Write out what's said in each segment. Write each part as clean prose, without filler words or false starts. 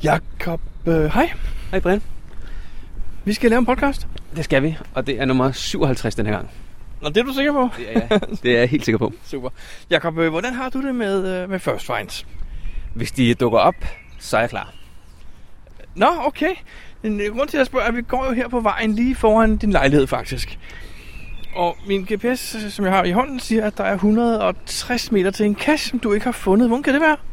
Jakob, hej. Hej Brian. Vi skal lave en podcast. Det skal vi, og det er nummer 57 den her gang. Nå, det er du sikker på? Det er jeg helt sikker på. Super. Jakob, hvordan har du det med First Finds? Hvis de dukker op, så er jeg klar. Nå, okay. En grund til at spørge, at vi går jo her på vejen lige foran din lejlighed faktisk. Og min GPS, som jeg har i hånden, siger, at der er 160 meter til en cache, som du ikke har fundet. Hvordan kan det være?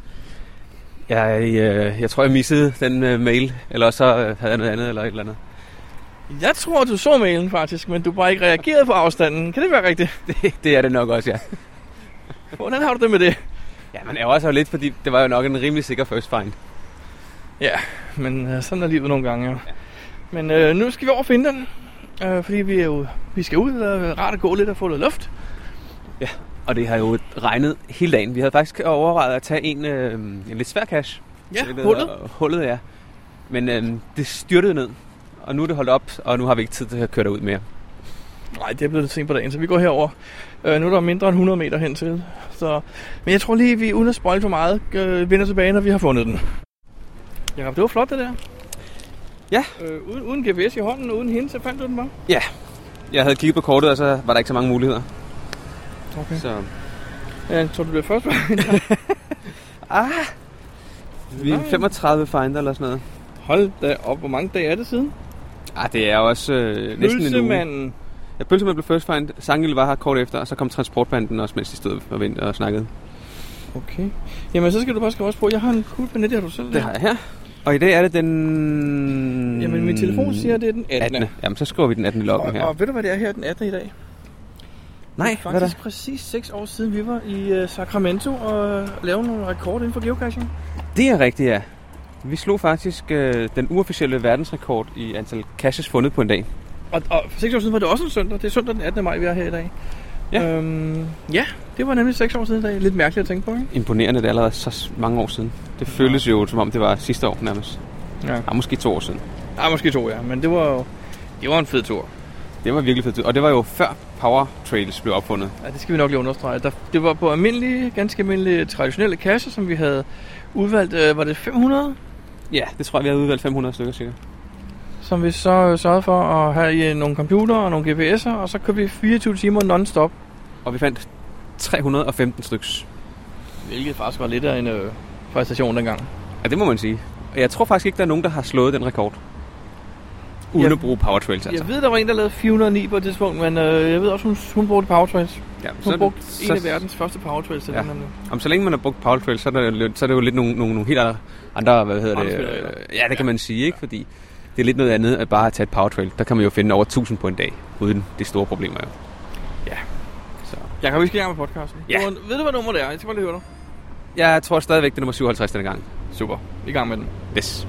Jeg tror, jeg missede den mail, eller også havde jeg noget andet eller et eller andet. Jeg tror, du så mailen faktisk, men du bare ikke reagerede på afstanden. Kan det være rigtigt? Det er det nok også, ja. Hvordan har du det med det? Ja, men jeg var også lidt, fordi det var jo nok en rimelig sikker first find. Ja, men sådan er livet nogle gange jo. Ja. Men nu skal vi over og finde den, fordi vi skal ud og rart at gå lidt og få noget luft. Ja, og det har jo regnet hele dagen. Vi havde faktisk overvejet at tage en lidt svær cache. Ja, hullet, ja. Men det styrtede ned, og nu er det holdt op, og nu har vi ikke tid til at køre derud mere. Nej, det er blevet lidt sent på dagen, så vi går herover. Nu er der mindre end 100 meter hen til. Men jeg tror lige, vi uden at spoil for meget, vender tilbage, når vi har fundet den. Jakob, det var flot det der. Ja. Uden GPS i hånden, uden hende, så fandt du den bare? Ja. Jeg havde kigget på kortet, og så var der ikke så mange muligheder. Okay. Så. Ja, jeg tror, du bliver først. Vi er 35 finder eller sådan noget. Hold da op. Hvor mange dage er det siden? Det er også næsten en uge. Ja, Pølsemanden blev first find. Sangil var her kort efter, og så kom transportbanden også, mens de stod og ventede og snakkede. Okay. Jamen, så skal du bare skrive også på. Jeg har en kuglepenne, det har du selv. Det har jeg her. Og i dag er det den... Jamen, min telefon siger, at det er den 18. Jamen, så skriver vi den 18. i loggen her. Og ved du, hvad det er her den 18. i dag? Nej, hvad er det? Faktisk præcis 6 år siden, vi var i Sacramento og lavede nogle rekord inden for geocaching. Det er rigtigt, ja. Vi slog faktisk den uofficielle verdensrekord i antal caches fundet på en dag. Og for 6 år siden var det også en søndag. Det er søndag den 18. maj, vi er her i dag. Ja. Ja, det var nemlig 6 år siden i dag. Lidt mærkeligt at tænke på, ikke? Imponerende, det er allerede så mange år siden. Det føles jo, som om det var sidste år nærmest. Ja. Måske 2 år siden. Måske 2, ja. Men det var en fed tur. Det var virkelig fed tur. Og det var jo før Power Trails blev opfundet. Ja, det skal vi nok lige understrege. Det var på ganske almindelige traditionelle cacher, som vi havde udvalgt. Var det 500? Ja, det tror jeg, vi havde udvalgt 500 stykker sikkert. Som vi så sørgede for at have i nogle computer og nogle GPS'er, og så kørte vi 24 timer non-stop. Og vi fandt 315 styks. Hvilket faktisk var lidt af en præstation dengang. Ja, det må man sige. Og jeg tror faktisk ikke, der er nogen, der har slået den rekord. Uden at bruge Power Trails, altså. Jeg ved, der var en, der lavede 409 på et tidspunkt, men jeg ved også, hun brugte Power Trails. Ja, hun brugte en af verdens første Power Trails til den. Om så længe man har brugt Power Trails, så er det jo lidt nogle helt andre, hvad hedder det? Ja, det kan man sige, ikke? Fordi det er lidt noget andet at bare tage et Power Trail. Der kan man jo finde over 1000 på en dag, uden de store problemer jo. Ja. Så. Jeg kan huske i gang med podcasten. Ja. Ved du, hvad nummer det er? Jeg skal bare lige høre dig. Jeg tror stadigvæk, det er nummer 57 denne gang. Super. I gang med den. Yes.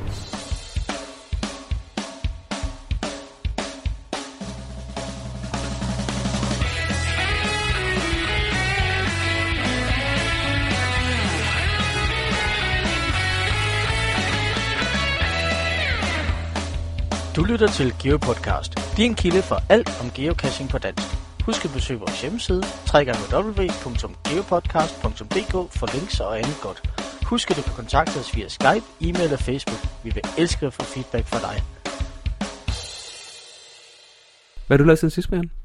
Du lytter til GeoPodcast, din kilde for alt om geocaching på dansk. Husk at besøge vores hjemmeside, www.geopodcast.dk for links og andet godt. Husk at du kan kontakte os via Skype, e-mail og Facebook. Vi vil elske at få feedback fra dig. Hvad har du lavet siden sidst, Brian?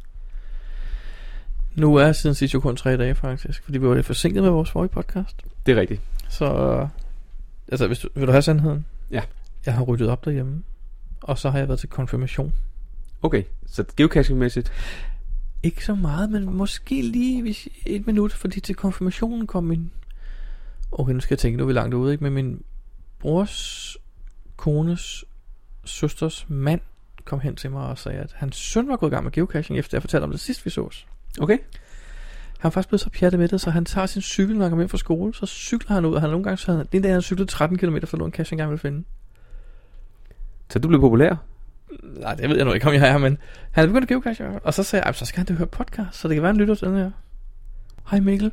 Nu er siden sidst jo kun 3 dage faktisk, fordi vi var lidt forsinket med vores forrige podcast. Det er rigtigt. Så, vil du have sandheden? Ja. Jeg har ryddet op derhjemme. Og så har jeg været til konfirmation. Okay, så geocaching-mæssigt? Ikke så meget, men måske lige 1 minut, fordi til konfirmationen kom min... Okay, nu skal jeg tænke, nu er vi langt ude, ikke? Men min brors, kones, søsters mand kom hen til mig og sagde, at hans søn var gået i gang med geocaching, efter jeg fortalte om det sidst, vi sås. Okay. Han var faktisk blevet så pjattet med det, så han tager sin cykel, når han kommer hjem fra skole, så cykler han ud, og han nogle gange så den dag han cyklede 13 km for en cache, han gerne ville finde. Så du blev populær? Nej, det ved jeg nu ikke, om jeg er, men han er begyndt at geocache, og så sagde jeg, så skal han da høre podcast, så det kan være en lytter til den her. Hej Mikkel.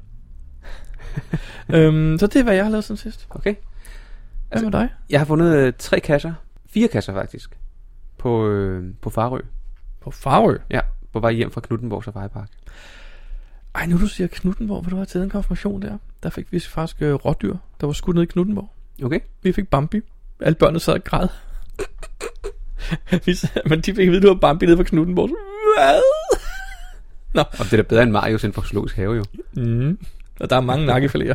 Så det er, hvad jeg har lavet siden sidst. Okay. Hvad med dig? Jeg har fundet 3 kasser, 4 kasser faktisk, på Farø. På Farø? Ja, på vej hjem fra Knuthenborg Safaripark. Ej, nu du siger Knuthenborg, hvor du har taget en konfirmation der fik vi faktisk rådyr, der var skudt ned i Knuthenborg. Okay. Vi fik Bambi. Alle børnene sad og græd. Men de fik at vide, du var Bambi nede på Knuthenborg. Hvad? Nå. Og det er da bedre end Marius inden for zoologisk have, jo. Og der er mange nakkefiléer.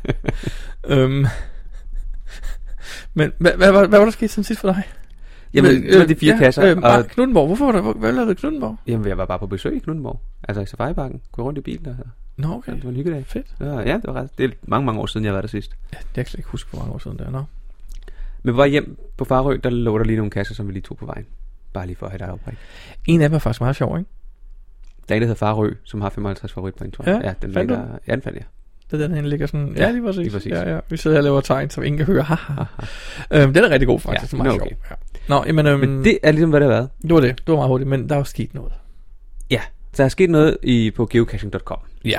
Men hvad var der sket siden sidst for dig? Jamen, det var de 4 kasser. Og Knuthenborg, hvorfor var der, hvad lavede du Knuthenborg? Jamen, jeg var bare på besøg i Knuthenborg. Altså i Safariparken. Gå rundt i bilen der. Nå, okay. Det var en hyggedag. Fedt. Ja, det var ret. Det er mange år siden, jeg var der sidst. Ja, det kan jeg slet ikke huske, hvor mange år siden det er. Nå. Men på vej hjem på Farø, der lå der lige nogle kasser, som vi lige tog på vejen. Bare lige for at have dig opræk. En af dem er faktisk meget sjov, ikke? Der er en, der hedder Farø, som har 55 favoritpoint, tror jeg. Ja, den fandt ligger. Ja, den fandt jeg. Det er den ligger sådan. Ja, Ja, lige præcis. lige præcis. Ja. Vi sidder her og laver tegn, som ingen kan høre. Den er rigtig god faktisk. Ja, Meget okay. sjov. Ja. Nå, jamen, Men det er ligesom, hvad det har været. det var det. Det var meget hurtigt, men der er jo sket noget. Ja, der er sket noget på geocaching.com. Ja,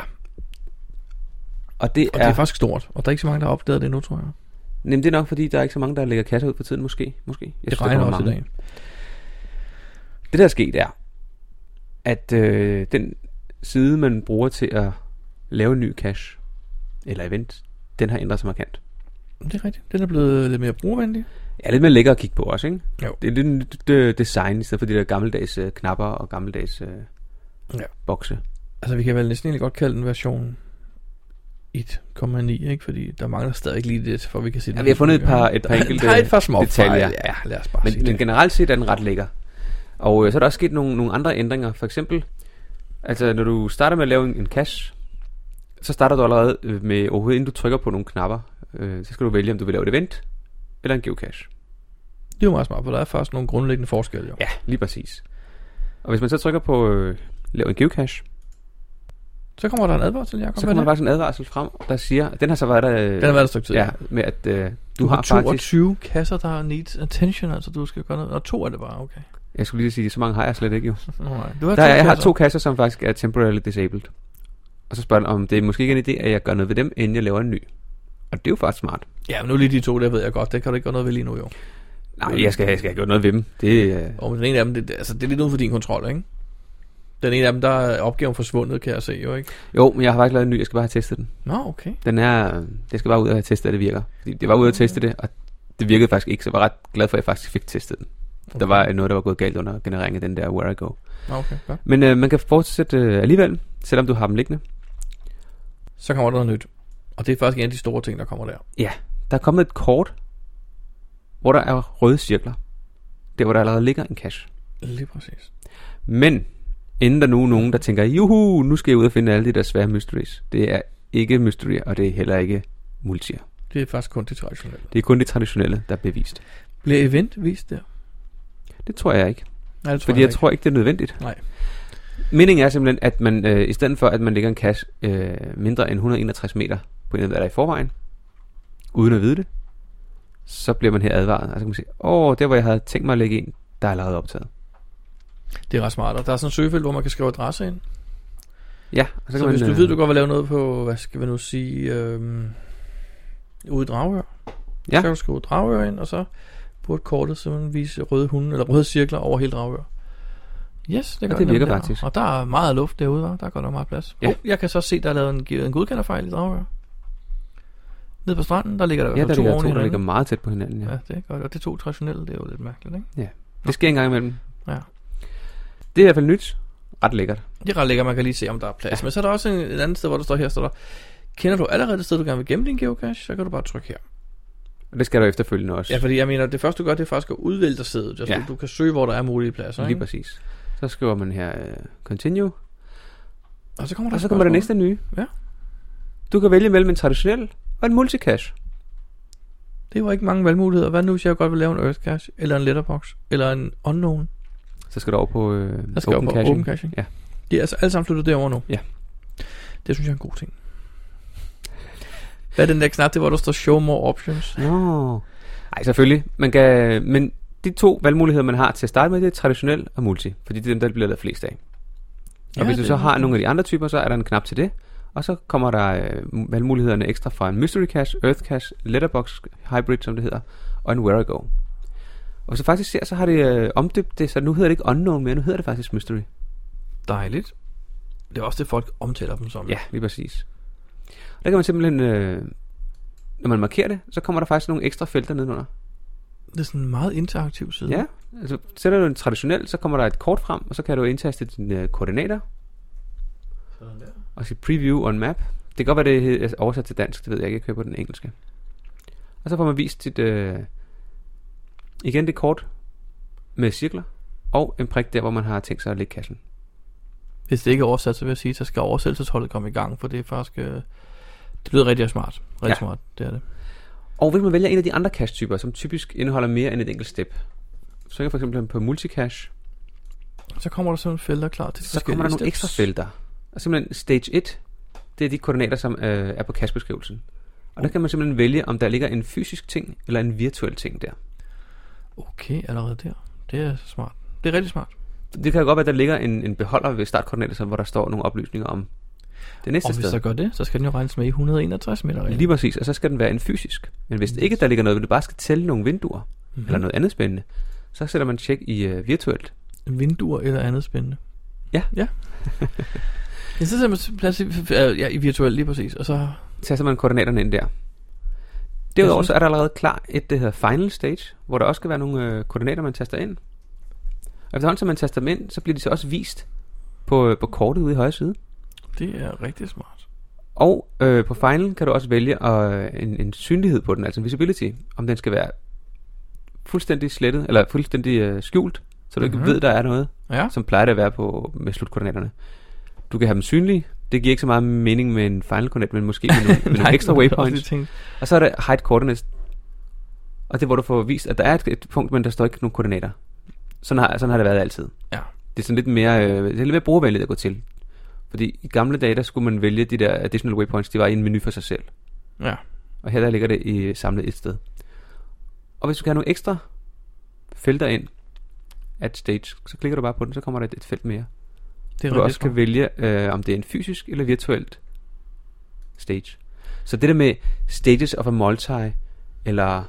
Og det og det er faktisk stort. Og der er ikke så mange, der har opdaget det nu, tror jeg. Jamen, det er nok, fordi der er ikke så mange, der lægger kasser ud for tiden, måske. Jeg synes, Det regner kommer også i dag. Det, der er sket, er, at den side, man bruger til at lave en ny cache, eller event, den har ændret sig markant. Det er rigtigt. Den er blevet lidt mere brugervenlig. Ja, lidt mere lækker at kigge på også, ikke? Jo. Det er lidt nyt design, i stedet for de der gammeldags knapper og gammeldags bokse. Altså, vi kan vel næsten egentlig godt kalde den version 1,9, ikke? Fordi der mangler stadig lige det, for vi kan se det. Ja, vi har fundet et par enkelte der er et par små detaljer. fejl. Ja, lad os bare sige Men det. generelt set er den ret lækker. Og så er der også sket nogle andre ændringer. For eksempel, altså når du starter med at lave en cache, så starter du allerede med overhovedet, inden du trykker på nogle knapper, så skal du vælge, om du vil lave et event eller en geocache. Det er jo meget smart, for der er faktisk nogle grundlæggende forskelle, jo. Ja, lige præcis. Og hvis man så trykker på lave en geocache, Så kommer der en advarsel, Jacob. så kommer der faktisk en advarsel frem, der siger, den har så været der... Den har været der et stykke tid. Ja, med at du har faktisk... 22 kasser, der needs attention, altså du skal gøre noget. Og 2 er det bare, okay. Jeg skulle lige sige, så mange har jeg slet ikke jo. Nej. Du har Jeg har 2 kasser, som faktisk er temporarily disabled. Og så spørger den, om det er måske ikke en idé, at jeg gør noget ved dem, inden jeg laver en ny. Og det er jo faktisk smart. Ja, men nu lige de 2, der ved jeg godt. Det kan du ikke gøre noget ved lige nu, jo. Nej, jeg skal have gjort noget ved dem. Det, Og den ene af dem, det er lidt uden for din kontrol, ikke? Den ene af dem, der er opgaven forsvundet, kan jeg se, jo, ikke? Jo, men jeg har faktisk lavet en ny, jeg skal bare have testet den. Nå, okay. Jeg skal bare ud og have testet, at det virker. Fordi det var ude at teste det, og det virkede faktisk ikke, så jeg var ret glad for, at jeg faktisk fik testet den. Okay. Der var noget, der var gået galt under genereringen af den der Where I Go. Okay, ja. Men man kan fortsætte alligevel, selvom du har dem liggende. Så kommer der noget nyt. Og det er faktisk en af de store ting, der kommer der. Ja, der er kommet et kort, hvor der er røde cirkler. Der, hvor der allerede ligger en cache. Lige præcis. Men inden der nu er nogen, der tænker, juhu, nu skal jeg ud og finde alle de der svære mysteries. Det er ikke mystery, og det er heller ikke multier. Det er faktisk kun det traditionelle. Det er kun det traditionelle, der er bevist. Bliver event vist der? Det tror jeg ikke. Nej, det tror Fordi jeg tror ikke, det er nødvendigt. Nej. Meningen er simpelthen, at man i stedet for, at man lægger en cache mindre end 161 meter på en af der er i forvejen, uden at vide det, så bliver man her advaret. Altså kan man sige, der hvor jeg havde tænkt mig at lægge en, der er allerede optaget. Det er ret smart. Og der er sådan en søgefelt, hvor man kan skrive adresse ind. Ja, og Så kan hvis man, du ved, du godt vil lave noget på, hvad skal vi nu sige, ude i Dragør. Ja. Så kan du skrive Dragør ind, og så burde kortet simpelthen vise røde hunde, eller røde cirkler over hele Dragør. Yes, det gør det virker der. faktisk. Og der er meget luft derude, hva'? Der er godt nok meget plads. Ja. Jeg kan så se, der er lavet en godkenderfejl i Dragør. Nede på stranden, der ligger der der 2 ligger oven i to, der ligger hinanden. meget tæt på hinanden. Ja. Ja, det er godt. Og det 2 traditionelle, det er jo lidt mærkeligt, ikke? Ja. Det sker en gang imellem. Ja. Det er i hvert fald nyt. Ret lækkert. Det er ret lækkert, man kan lige se, om der er plads. Ja. Men så er der også et andet sted, hvor der står her, kender du allerede det sted, du gerne vil gemme din geocache, så kan du bare trykke her. Og det skal du efterfølgende også. Ja, fordi jeg mener, det første du gør, det er faktisk at udvælge dig stedet. Ja. Du kan søge, hvor der er mulige pladser. Lige ikke? præcis. Så skriver man her continue. Og så kommer der næste nye. Ja. Du kan vælge mellem en traditionel og en multicache. Det var ikke mange valgmuligheder. Hvad nu, hvis jeg godt vil lave en Earth Cache, eller en Letterbox, eller en Unknown? Så skal du over på Open Caching. Open Caching. Ja. Det er altså alle sammen flyttet derover nu. Ja. Det synes jeg er en god ting. Hvad er den der knap, det hvor der står show more options? Nå. Nej, selvfølgelig. Men de 2 valgmuligheder, man har til at starte med, det er traditionel og multi. Fordi det er dem, der bliver lavet flest af. Og hvis du så har nogle af de andre typer, så er der en knap til det. Og så kommer der valgmulighederne ekstra fra en mystery cache, earth cache, letterbox hybrid, som det hedder, og en where I go. Og så faktisk ser, så har det omdøbt det, så nu hedder det ikke unknown mere, nu hedder det faktisk mystery. Dejligt. Det er også det, folk omtaler dem som. Ja, lige præcis. Der kan man simpelthen, når man markerer det, så kommer der faktisk nogle ekstra felter nedenunder. Det er sådan en meget interaktiv side. Ja, altså sætter du en traditionel, så kommer der et kort frem, og så kan du indtaste dine koordinater. Sådan der. Og sige preview on map. Det kan godt være, det er oversat til dansk, det ved jeg ikke, jeg køber den engelske. Og så får man vist sit, igen det kort med cirkler, og en prik der, hvor man har tænkt sig at lægge kassen. Hvis det ikke er oversat, så vil jeg sige, så skal oversættelsesholdet komme i gang, for det er faktisk, det lyder rigtig smart. Rigtig smart, det er det. Og hvis man vælger en af de andre cache-typer, som typisk indeholder mere end et enkelt step, så kan for eksempel på multicache, så kommer der sådan nogle felter klar til de så kommer der nogle ekstra felter. Og simpelthen stage 1, det er de koordinater, som er på cache-beskrivelsen. Og der kan man simpelthen vælge, om der ligger en fysisk ting, eller en virtuel ting der. Okay, allerede der. Det er smart. Det er rigtig smart. Det kan jo godt være, at der ligger en beholder ved startkoordinater, hvor der står nogle oplysninger om det næste sted. Og hvis der gør det, så skal den jo regnes med i 161 meter. Lige præcis, og så skal den være en fysisk. Men hvis det ikke der ligger noget, vil du bare skal tælle nogle vinduer, eller noget andet spændende, så sætter man tjek i virtuelt. Vinduer eller andet spændende. Ja. Ja. Så sætter man plads i virtuelt lige præcis, og så tager man koordinaterne ind der. Derudover så er der allerede klar et, det hedder Final Stage, hvor der også skal være nogle koordinater, man taster ind. Og efterhånden, som man taster dem ind, så bliver de så også vist på kortet ude i højre side. Det er rigtig smart. Og på Final kan du også vælge en synlighed på den, altså en visibility, om den skal være fuldstændig slettet, eller fuldstændig skjult, så du ikke ved, der er noget, som plejer det at være med slutkoordinaterne. Du kan have dem synlige. Det giver ikke så meget mening med en final coordinate, men måske med nogle ekstra waypoints. Og så er der hide coordinates. Og det er, hvor du får vist, at der er et punkt, men der står ikke nogen koordinater. Sådan har det været altid. Ja. Det er sådan lidt mere brugervenligt at gå til. Fordi i gamle dage, der skulle man vælge de der additional waypoints, de var i en menu for sig selv. Ja. Og her der ligger det samlet et sted. Og hvis du kan have nogle ekstra felter ind, at stage, så klikker du bare på den, så kommer der et felt mere. Du også kan vælge, om det er en fysisk eller virtuelt stage. Så det der med stages of a multi, eller...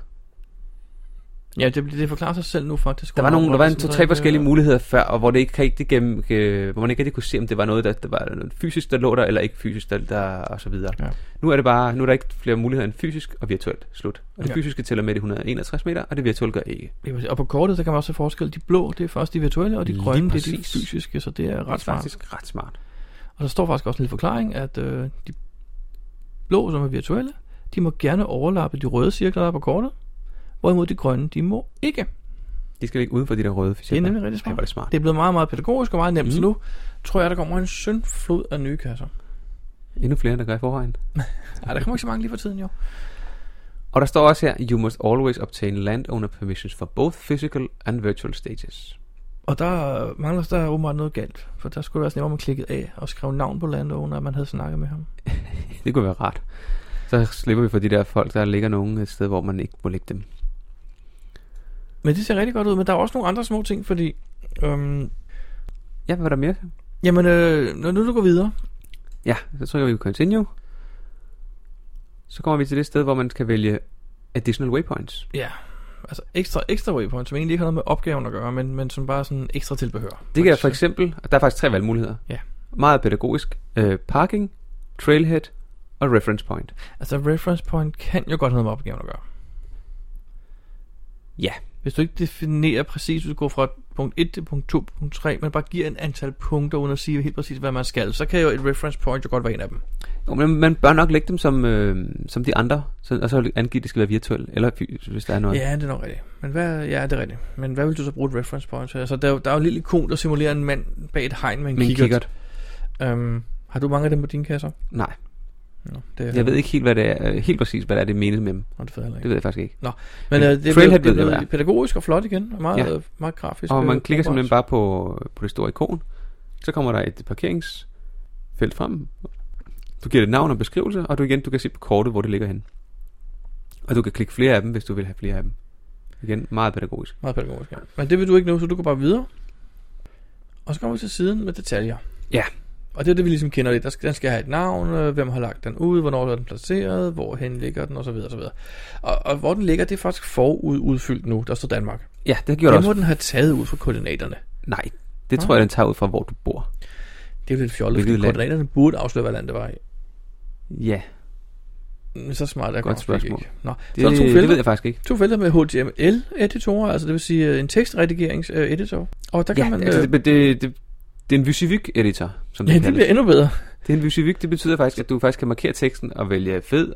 Ja, det forklarer sig selv nu faktisk. Der var en 2-3 forskellige muligheder før, og hvor det ikke hvor man ikke rigtig kunne se, om det var noget, der var noget fysisk, der lå der, eller ikke fysisk, der og så videre. Ja. Nu er der ikke flere muligheder end fysisk og virtuelt. Slut. Og det fysiske tæller med de 161 meter, og det virtuelle gør ikke. Og på kortet, der kan man også se forskel. De blå, det er først de virtuelle, og de grønne, det er de fysiske, så det er ret smart. Faktisk ret smart. Og der står faktisk også en lille forklaring, at de blå, som er virtuelle, de må gerne overlappe de røde cirkler, der er på kortet. Hvorimod de grønne, de må ikke. De skal ligge uden for de der røde cirkler. Det er nemlig rigtig smart. Det er blevet meget, meget pædagogisk og meget nemt. Så nu tror jeg, der kommer en syndflod af nye kasser. Endnu flere, der gør i forvejen. Ja, der kommer ikke så mange lige for tiden, jo. Og der står også her, you must always obtain landowner permissions for both physical and virtual stages. Og der mangler der åbenbart noget galt. For der skulle være sådan, hvor man klikkede af og skrev navn på landowner, at man havde snakket med ham. Det kunne være rart. Så slipper vi for de der folk, der ligger nogen et sted, hvor man ikke må lægge dem. Men det ser rigtig godt ud, men der er også nogle andre små ting, fordi... Ja, hvad er der mere? Jamen, når nu du går videre... Ja, så trykker vi på Continue. Så kommer vi til det sted, hvor man kan vælge additional waypoints. Ja, altså ekstra waypoints, som egentlig ikke har noget med opgaven at gøre, men som bare sådan ekstra tilbehør. Det kan for eksempel, der er faktisk 3 valgmuligheder. Ja. Meget pædagogisk. Parking, trailhead og reference point. Altså reference point kan jo godt have noget med opgaven at gøre. Ja. Hvis du ikke definerer præcis, hvis du går fra punkt 1 til punkt 2, punkt 3, men bare giver en antal punkter, uden at sige helt præcis, hvad man skal, så kan jo et reference point jo godt være en af dem. Jo, men man bør nok lægge dem som de andre, og så angive, at det skal være virtuelt, eller hvis der er noget. Ja, det er nok rigtigt. Men det er rigtigt. Men hvad vil du så bruge et reference point til? Altså, der er jo en lille ikon, der simulerer en mand bag et hegn med en kikkert. Har du mange af dem på dine kasser? Nej. Nå, jeg ved ikke helt, hvad det er, helt præcis, hvad det er, det menes med dem. Det ved jeg faktisk ikke. Nå, men det er pædagogisk og flot igen, og meget grafisk. Og man klikker simpelthen bare på det store ikon, så kommer der et parkeringsfelt frem. Du giver det navn og beskrivelse, og du kan se på kortet, hvor det ligger hen. Og du kan klikke flere af dem, hvis du vil have flere af dem. Igen, meget pædagogisk. Meget pædagogisk, ja. Men det vil du ikke nu, så du går bare videre. Og så kommer vi til siden med detaljer. Ja. Og det er det, vi ligesom kender lidt. Den skal have et navn, hvem har lagt den ud, hvornår er den placeret, hvorhen ligger den, osv. osv. Og hvor den ligger, det er faktisk udfyldt nu. Der står Danmark. Ja, det gjorde det også. Det må den have taget ud fra koordinaterne. Nej, det tror jeg, den tager ud fra, hvor du bor. Det er jo lidt fjollet, fordi koordinaterne burde afsløre, hvad land det var i. Ja. Så smart er Godt godt spørgsmål. ikke. Nå, Det, så er der to det felter. ved jeg faktisk ikke. To felter med HTML-editorer, altså det vil sige en tekstredigeringseditor. Og der kan man... altså, det er en Vysiwyg-editor, som ja, det det kaldes. bliver endnu bedre. Det er en Vysiwyg, det betyder faktisk, at du faktisk kan markere teksten og vælge fed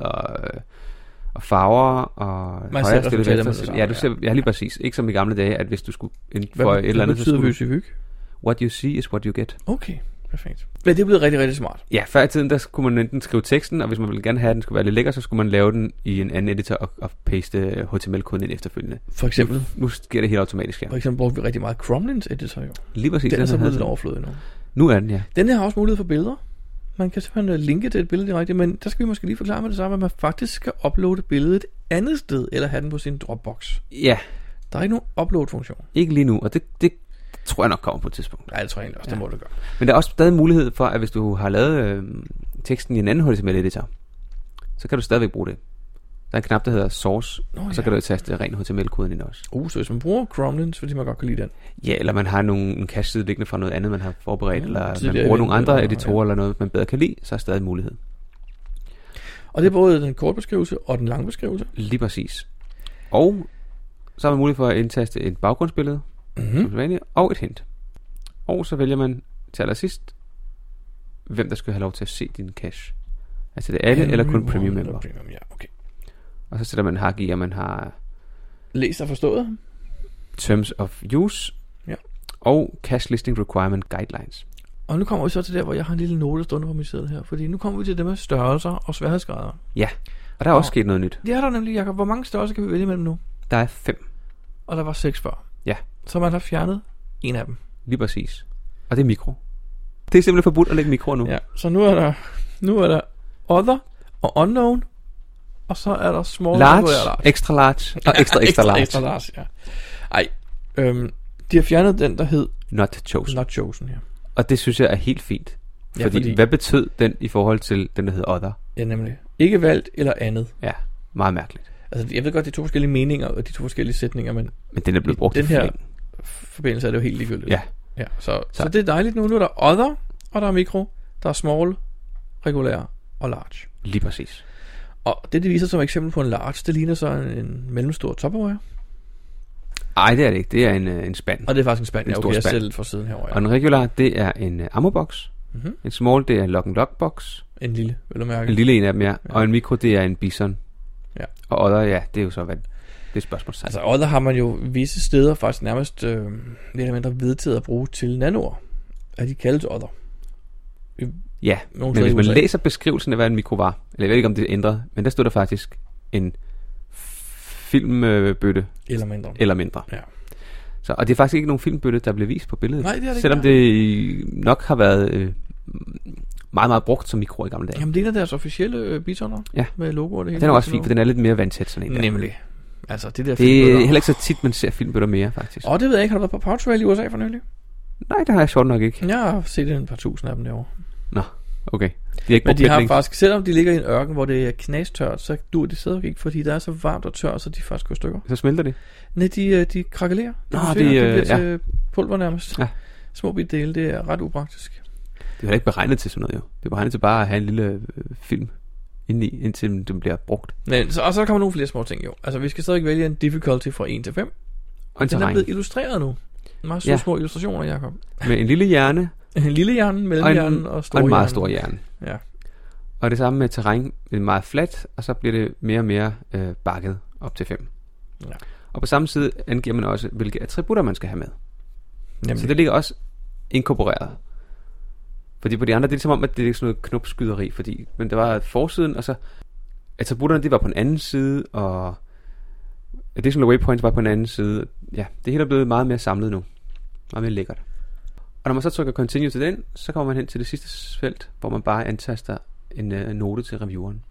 og farver og Man ser resultater med det samme, ja, du ser, ja, lige præcis. Ikke som i gamle dage, at hvis du skulle indføje et eller andet, Hvad betyder Vysiwyg? What you see is what you get. Okay, perfekt. Men det er blevet rigtig, rigtig smart. Ja, før i tiden, der skulle man enten skrive teksten, og hvis man ville gerne have, at den skulle være lidt lækker, så skulle man lave den i en anden editor og paste HTML-koden ind efterfølgende. For eksempel? Nu sker det helt automatisk, ja. For eksempel brugte vi rigtig meget Cromlins editor jo. Lige præcis. Den er så blevet lidt overflødig nu. Nu er den, ja. Den her har også mulighed for billeder. Man kan simpelthen linke til et billede direkte, men der skal vi måske lige forklare med det samme, at man faktisk skal uploade billedet et andet sted, eller have den på sin Dropbox. Ja. Der er ikke nogen upload-funktion. Ikke lige nu, og det tror jeg nok kommer på et tidspunkt. Nej, det tror jeg egentlig også, det må det gøre. Men der er også stadig mulighed for, at hvis du har lavet teksten i en anden HTML-editor, så kan du stadigvæk bruge det. Der er en knap, der hedder source, og så kan du taste ren HTML-koden ind også. Så hvis man bruger Cromlins, fordi man godt kan lide den. Ja, eller man har en cache-side liggende fra noget andet, man har forberedt, eller man det bruger nogle andre editorer, eller noget, man bedre kan lide, så er stadig mulighed. Og det er både den korte beskrivelse og den lange beskrivelse. Lige præcis. Og så har man mulighed for at indtaste et baggrundsbillede, som vanligt, og et hint. Og så vælger man til allersidst, hvem der skal have lov til at se din cache. Altså det er alle, eller kun premium member. Ja, okay. Og så sætter man hak i, at man har læst og forstået. Terms of Use, ja. Og Cache Listing Requirement Guidelines. Og nu kommer vi så til der, hvor jeg har en lille note stående på min side her. Fordi nu kommer vi til det med størrelser og sværhedsgrader. Ja, og der er også sket noget nyt. Det er der nemlig, Jacob. Hvor mange størrelser kan vi vælge imellem nu? Der er 5. Og der var 6 før. Ja. Så man har fjernet en af dem. Lige præcis. Og det er mikro. Det er simpelthen forbudt at lægge mikro nu. Ja, så nu er der Other og Unknown. Og så er der Small, large. Extra large og extra large. Extra large, ja. Ej, de har fjernet den, der hed Not Chosen. Not Chosen, ja. Og det synes jeg er helt fint. Fordi hvad betød den i forhold til den, der hed Other? Ja, nemlig. Ikke valgt eller andet. Ja, meget mærkeligt. Altså, jeg ved godt, det er 2 forskellige meninger og de 2 forskellige sætninger, men den er blevet brugt i den her forbindelse er det jo helt ligegyldigt. Ja. Ja, så det er dejligt nu. Nu er der Other, og der er Micro, der er Small, Regulær og Large. Lige præcis. Og det viser som eksempel på en Large, det ligner så en mellemstor Tupperware. Nej, det er det ikke. Det er en spand. Og det er faktisk en spand. En stor jeg spand. ser lidt fra siden herovre. Ja. Og en regular, det er en ammo-box. Mm-hmm. En small, det er en lock-and-lock-box. En lille, vil du mærke. En lille en af dem, ja. Og en mikro, det er en bison. Ja. Og Other, ja, det er jo så, hvad det er spørgsmålstegn. Altså, Other har man jo visse steder faktisk nærmest lidt eller mindre vedtaget at bruge til nanoer. At de kaldes Other. Ja, men hvis man læser beskrivelsen af, hvad en mikro var, eller jeg ved ikke, om det er ændret, men der stod der faktisk en filmbøtte. Eller mindre. Ja. Så, og det er faktisk ikke nogen filmbøtte, der blev vist på billedet. Nej, det er det selvom det nok har været meget, meget brugt som mikro i gamle dage. Jamen, det er deres officielle bitoner. Ja. Med logo og det hele. Den er også fint, for den er lidt mere vandtæt sådan en der. Nemlig. Altså, det er heller ikke så tit, man ser filmbøtter mere, faktisk. Og det ved jeg ikke. Har du været på Pouchrail i USA for nylig? Nej, det har jeg sjovt nok ikke. Jeg har set et par tusind af dem derovre. Nå, okay. De er ikke men de har faktisk, selvom de ligger i en ørken, hvor det er knastørt, så dur det stadig ikke, fordi der er så varmt og tørt, så de faktisk går i stykker. Så smelter de? Nej, de krakelerer. Nå, de bliver til pulver nærmest. Ja. Små bit dele, det er ret upraktisk. Det er ikke beregnet til sådan noget, jo. Det er beregnet til bare at have en lille film indeni, indtil den bliver brugt. Men, og så kommer nogle flere små ting, jo. Altså, vi skal stadig vælge en difficulty fra 1 til 5. Og den er blevet illustreret nu. Meget små illustrationer, Jacob. Med en lille hjerne. En lille hjerne, mellemhjernen og stor hjerne. Og en meget stor hjerne. Ja. Og det samme med terræn, det er meget fladt, og så bliver det mere og mere bakket op til 5. Ja. Og på samme side angiver man også, hvilke attributter man skal have med. Jamen. Så det ligger også inkorporeret. Fordi på de andre, det er som om, at det er sådan noget knopskyderi, men der var forsiden, og så attributterne, det var på en anden side, og additional waypoints var på en anden side. Ja, det hele er blevet meget mere samlet nu. Meget mere lækkert. Og når man så trykker continue til den, så kommer man hen til det sidste felt, hvor man bare antaster en note til revieweren.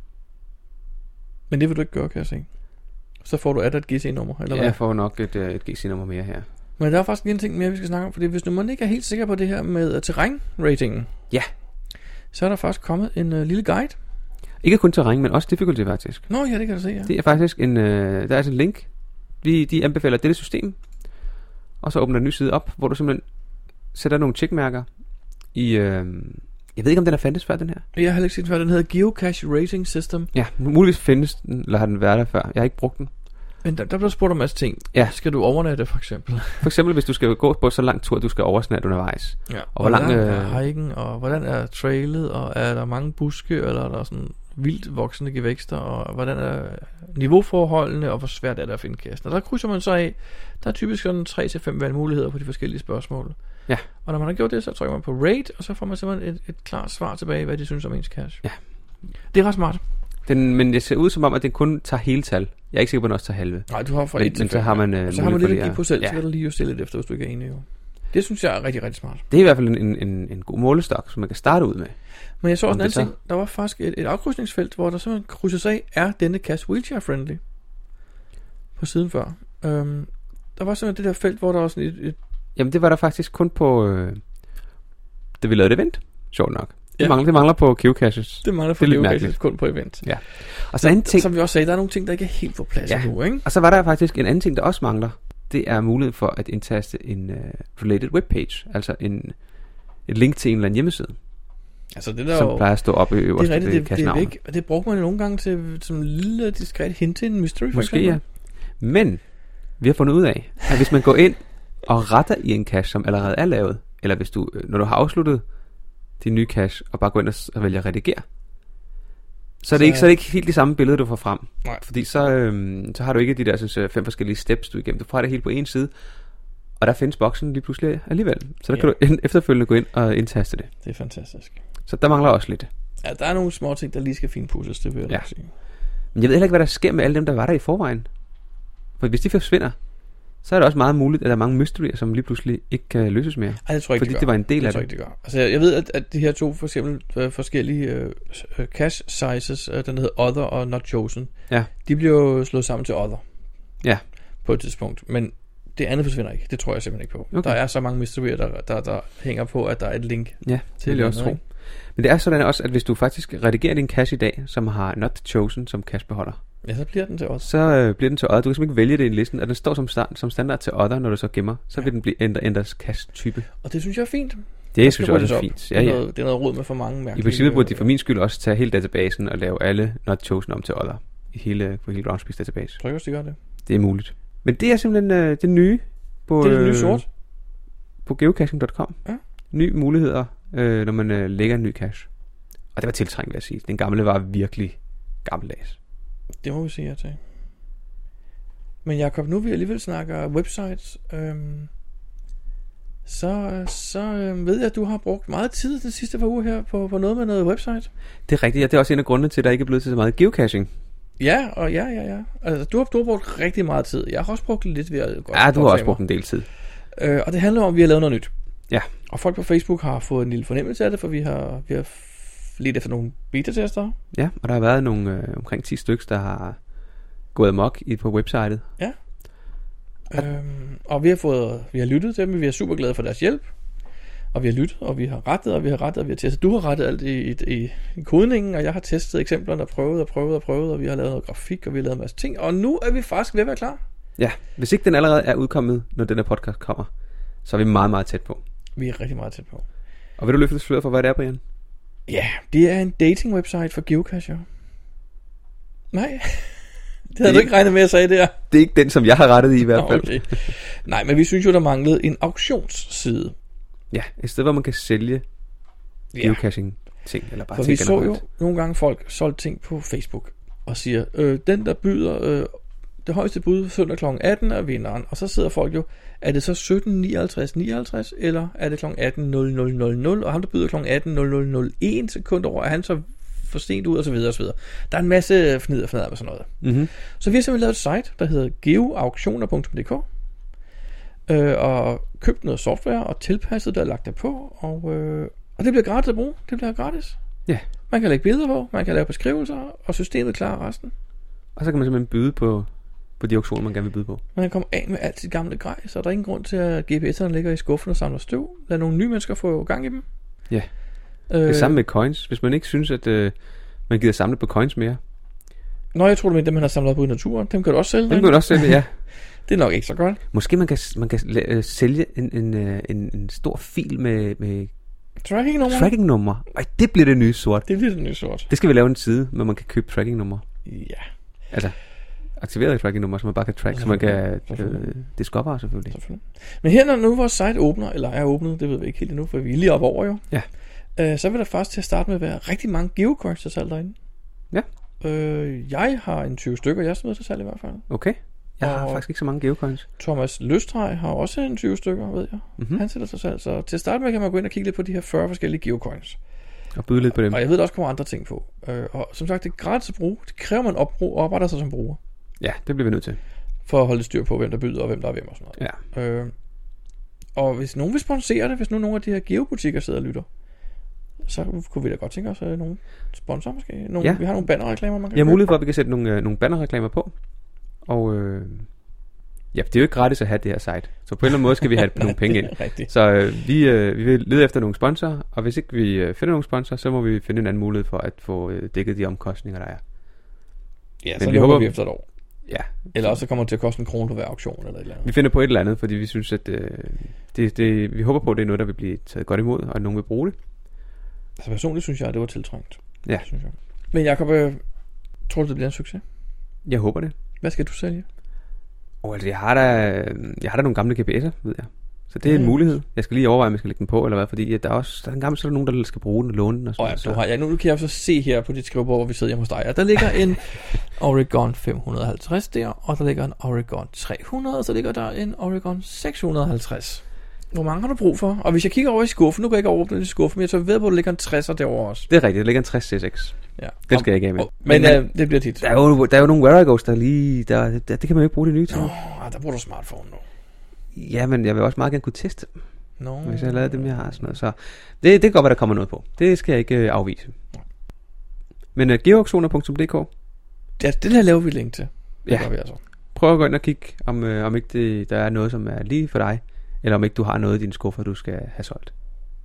Men det vil du ikke gøre, kan jeg se. Så får du et GC-nummer, eller hvad? Ja, jeg får nok et GC-nummer mere her. Men der er faktisk en ting mere, vi skal snakke om, fordi hvis nu man ikke er helt sikker på det her med terræn-ratingen, ja, så er der faktisk kommet en lille guide. Ikke kun terræn, men også difficulty faktisk. Nå ja, det kan du se, ja. Det er faktisk der er altså en link. De anbefaler dette system, og så åbner en ny side op, hvor du simpelthen sætter nogle checkmærker i Jeg ved ikke, om den er fandtes før, den her. Jeg har ikke set før, den hedder Geocache Rating System. Ja, muligvis findes den, eller har den været der før. Jeg har ikke brugt den. Men der bliver spurgt om en masse ting. Ja. Skal du overnatte, for eksempel? For eksempel, hvis du skal gå på så lang tur, du skal oversnatte undervejs. Ja. Og hvor lang er hiken, og hvordan er trailet, og er der mange buske, eller er der sådan vildt voksende gevækster, og hvordan er niveauforholdene, og hvor svært er det at finde kassen. Og der krydser man så af, der er typisk sådan 3-5 valgmuligheder på de forskellige spørgsmål. Ja. Og når man har gjort det, så trykker man på rate, og så får man simpelthen et klart svar tilbage, hvad de synes om ens cache. Ja. Det er ret smart. Men det ser ud som om, at den kun tager hele tal. Jeg er ikke sikker på, at den også tager halve. Nej, du har fra 1 til 5. Men så har man, så har man lidt at give på selv, ja. så kan du lige justere lidt efter, hvis du ikke er enig. Jo. Det synes jeg er rigtig, rigtig smart. Det er i hvert fald en god målestok, som man kan starte ud med. Men jeg så også en anden ting. Der var faktisk et afkrydsningsfelt, hvor der simpelthen krydses af, er denne cache wheelchair friendly? På siden før. Der var simpelthen det der felt, hvor der var sådan et... Jamen det var der faktisk kun på... da vi lavede et event, sjovt nok. Det mangler på geocaches. Det mangler på geocaches, kun på event. Ja. Og så anden ting... Som vi også sagde, der er nogle ting, der ikke er helt på plads endnu, ikke? Og så var der faktisk en anden ting, der også mangler. Det er mulighed for at indtaste en related webpage. Altså et link til en eller anden hjemmeside. Altså det der som plejer at stå oppe øverst ved cache-navnet. Det er væk. Og det brugte man nogle gange til som en lille diskret hint til en mystery, for måske, eksempel. ja. Men vi har fundet ud af, at hvis man går ind og retter i en cache, som allerede er lavet, eller hvis du, når du har afsluttet din nye cache, og bare går ind og vælger redigere, så er det ikke helt det samme billede, du får frem. Nej. Fordi så har du ikke de der 5 forskellige steps, du igennem. Du får det helt på en side, og der findes boksen lige pludselig alligevel. Så der kan du efterfølgende gå ind og indtaste det. Det er fantastisk. Så der mangler også lidt. Ja, der er nogle små ting, der lige skal finpudses, det vil jeg nok sige. Men jeg ved heller ikke, hvad der sker med alle dem, der var der i forvejen. For hvis de forsvinder, så er det også meget muligt, at der er mange mysterier, som lige pludselig ikke kan løses mere. Ej, det tror jeg ikke, fordi det var en del af det. Ikke, det gør. Altså, jeg ved, at de her to for eksempel forskellige cache sizes, den hedder Other og Not Chosen, de bliver jo slået sammen til Other. Ja. På et tidspunkt. Men det andet forsvinder ikke. Det tror jeg simpelthen ikke på. Okay. Der er så mange mysterier, der hænger på, at der er et link. Ja, det vil jeg også tro. Men det er sådan også, at hvis du faktisk redigerer din cache i dag, som har Not Chosen som cachebeholder, ja, så bliver den til Other. Så bliver den til Other. Du kan simpelthen ikke vælge det i en listen, og den står som standard til Other, når du så gemmer. Så vil den blive ændres cache-type. Og det synes jeg er fint. Det synes jeg også er fint. Ja, ja. Det er noget råd med for mange mærkelige. I princippet burde de for min skyld også tage hele databasen og lave alle Not Chosen om til Other. På hele Groundspeak database. Tror jeg også, de gør det. Det er muligt. Men det er simpelthen det nye på, det er det nye sort på geocaching.com. Ja. Nye muligheder, når man lægger en ny cache. Og det var tiltrængt, vil jeg sige. Den gamle var virkelig gammeldags. Det må vi sige ja til. Men Jacob, nu vi alligevel snakker websites, så ved jeg, at du har brugt meget tid de sidste par uger her på noget med noget website. Det er rigtigt, ja. Det er også en af grundene til, at der ikke er blevet til så meget geocaching. Ja, og ja. Altså, du har brugt rigtig meget tid. Jeg har også brugt lidt ved at gå. Ja, du har også brugt en del tid. Og det handler om, at vi har lavet noget nyt. Ja. Og folk på Facebook har fået en lille fornemmelse af det, for vi har lidt efter nogle beta-tester. Ja, og der har været nogle omkring 10 stykker, der har gået amok på websitet. Ja. Og vi har lyttet til dem, vi er super glade for deres hjælp. Og vi har lyttet, og vi har rettet, og vi har testet. Du har rettet alt i kodningen, og jeg har testet eksemplerne og prøvet, og vi har lavet noget grafik, og vi har lavet en masse ting. Og nu er vi faktisk ved at være klar. Ja, hvis ikke den allerede er udkommet, når den her podcast kommer, så er vi meget, meget tæt på. Vi er rigtig meget tæt på. Og vil du løfte sløret for, hvad det er, Brian? Ja, det er en dating website for geocacher. Nej, det havde du ikke regnet med, at jeg sagde det her. Det er ikke den, som jeg har rettet i hvert fald. Okay. Nej, men vi synes jo, der manglede en auktionsside. Ja, et sted, hvor man kan sælge geocaching ting, eller bare for vi så jo nogle gange folk solgte ting på Facebook, og siger, den der byder det højeste bud søndag kl. 18 er vinderen, og så sidder folk jo, er det så 17:59, eller er det kl. 18:00, og ham der byder kl. 18:00, sekund over, er han så for sent ud, og så videre, og så videre. Der er en masse fnider med sådan noget. Mm-hmm. Så vi har simpelthen lavet et site, der hedder geoauktioner.dk, og købt noget software, og tilpasset, der er lagt der på, og det bliver gratis at bruge. Det bliver gratis. Ja. Man kan lægge billeder på, man kan lave beskrivelser, og systemet klarer resten. Og så kan man simpelthen byde på de auktioner, man gerne vil byde på. Man kan komme af med alt sit gamle grej, så der er ingen grund til, at GPS'erne ligger i skuffen og samler støv. Lad nogle nye mennesker få gang i dem. Ja. Det samme med coins. Hvis man ikke synes, at man gider samle på coins mere. Nå, jeg tror du med dem, man har samlet op ude i naturen. Dem kan du også sælge. Dem kan du også sælge, ja. Det er nok ikke så godt. Måske man kan sælge en stor fil med Tracking-nummer. Ej, det bliver det nye sort. Det bliver det nye sort. Det skal vi lave en side, hvor man kan købe tracking-nummer. Ja. Altså, aktiveret tracking-nummer, så man bare kan track, så man kan discover selvfølgelig. Men her når nu vores site åbner, eller er åbnet, det ved vi ikke helt endnu, for vi er lige op over jo. Ja. Så vil der først til at starte med være rigtig mange geocoins til salg derinde. Ja. Jeg har en 20 stykker, jeg smider til salg i hvert fald. Okay. Jeg har faktisk ikke så mange geocoins. Thomas Løstrej har også en 20 stykker, ved jeg. Mm-hmm. Han sætter til salg. Så til at starte med kan man gå ind og kigge lidt på de her 40 forskellige geocoins. Og byde lidt på dem. Og jeg ved, der også kommer andre ting på. Og som sagt, det er gratis at bruge. Det kræver man opretter sig som bruger. Ja, det bliver vi nødt til. For at holde styr på, hvem der byder og hvem der er hvem og sådan noget. Ja. Og hvis nogen vil sponsere det, hvis nu nogle af de her geobutikker sidder og lytter, så kunne vi da godt tænke os nogle sponsor måske. Vi har nogle bannerreklamer, man kan købe. Mulighed for, at vi kan sætte nogle bannerreklamer på. Og det er jo ikke gratis at have det her site. Så på en eller anden måde skal vi have nogle penge ind. Så vi vil lede efter nogle sponsorer. Og hvis ikke vi finder nogle sponsorer, så må vi finde en anden mulighed for at få dækket de omkostninger, der er. Ja, så håber vi efter et år. Ja. Eller også kommer det til at koste 1 krone på hver auktion eller et eller andet. Vi finder på et eller andet, fordi vi synes, at vi håber på, at det er noget, der vil blive taget godt imod, og at nogen vil bruge det. Altså personligt synes jeg, at det var tiltrængt. Ja. Synes jeg. Men Jacob, tror du, det bliver en succes? Jeg håber det. Hvad skal du sælge? Altså, jeg har da nogle gamle GPS'er, ved jeg. Så det er en mulighed. Jeg skal lige overveje, om jeg skal lægge den på, eller hvad, fordi der er en gammel, så er der nogen, der skal bruge den og låne den. Og sådan, nu kan jeg så se her på dit skrivebord, hvor vi sidder hjemme hos dig, at der ligger en Oregon 550 der, og der ligger en Oregon 300, og så ligger der en Oregon 650. Hvor mange har du brug for? Og hvis jeg kigger over i skuffen, nu kan jeg ikke åbne den i skuffen, men jeg så ved på, at der ligger en 60'er derovre også. Det er rigtigt, der ligger en 60 CSX. Ja. Den skal jeg ikke af med. Men det bliver tit. Der er jo nogle Where-I-Go's, der lige... det kan man jo ikke bruge det nye til. Der bruger du smartphone nu. Ja, men jeg vil også meget gerne kunne teste dem. Hvis jeg har lavet dem, jeg har sådan noget. Så det kan godt være, der kommer noget på. Det skal jeg ikke afvise. Men geoauktioner.dk. Ja, den her laver vi link til. Det gør vi altså. Prøv at gå ind og kigge, om ikke der er noget, som er lige for dig. Eller om ikke du har noget i dine skuffer, du skal have solgt.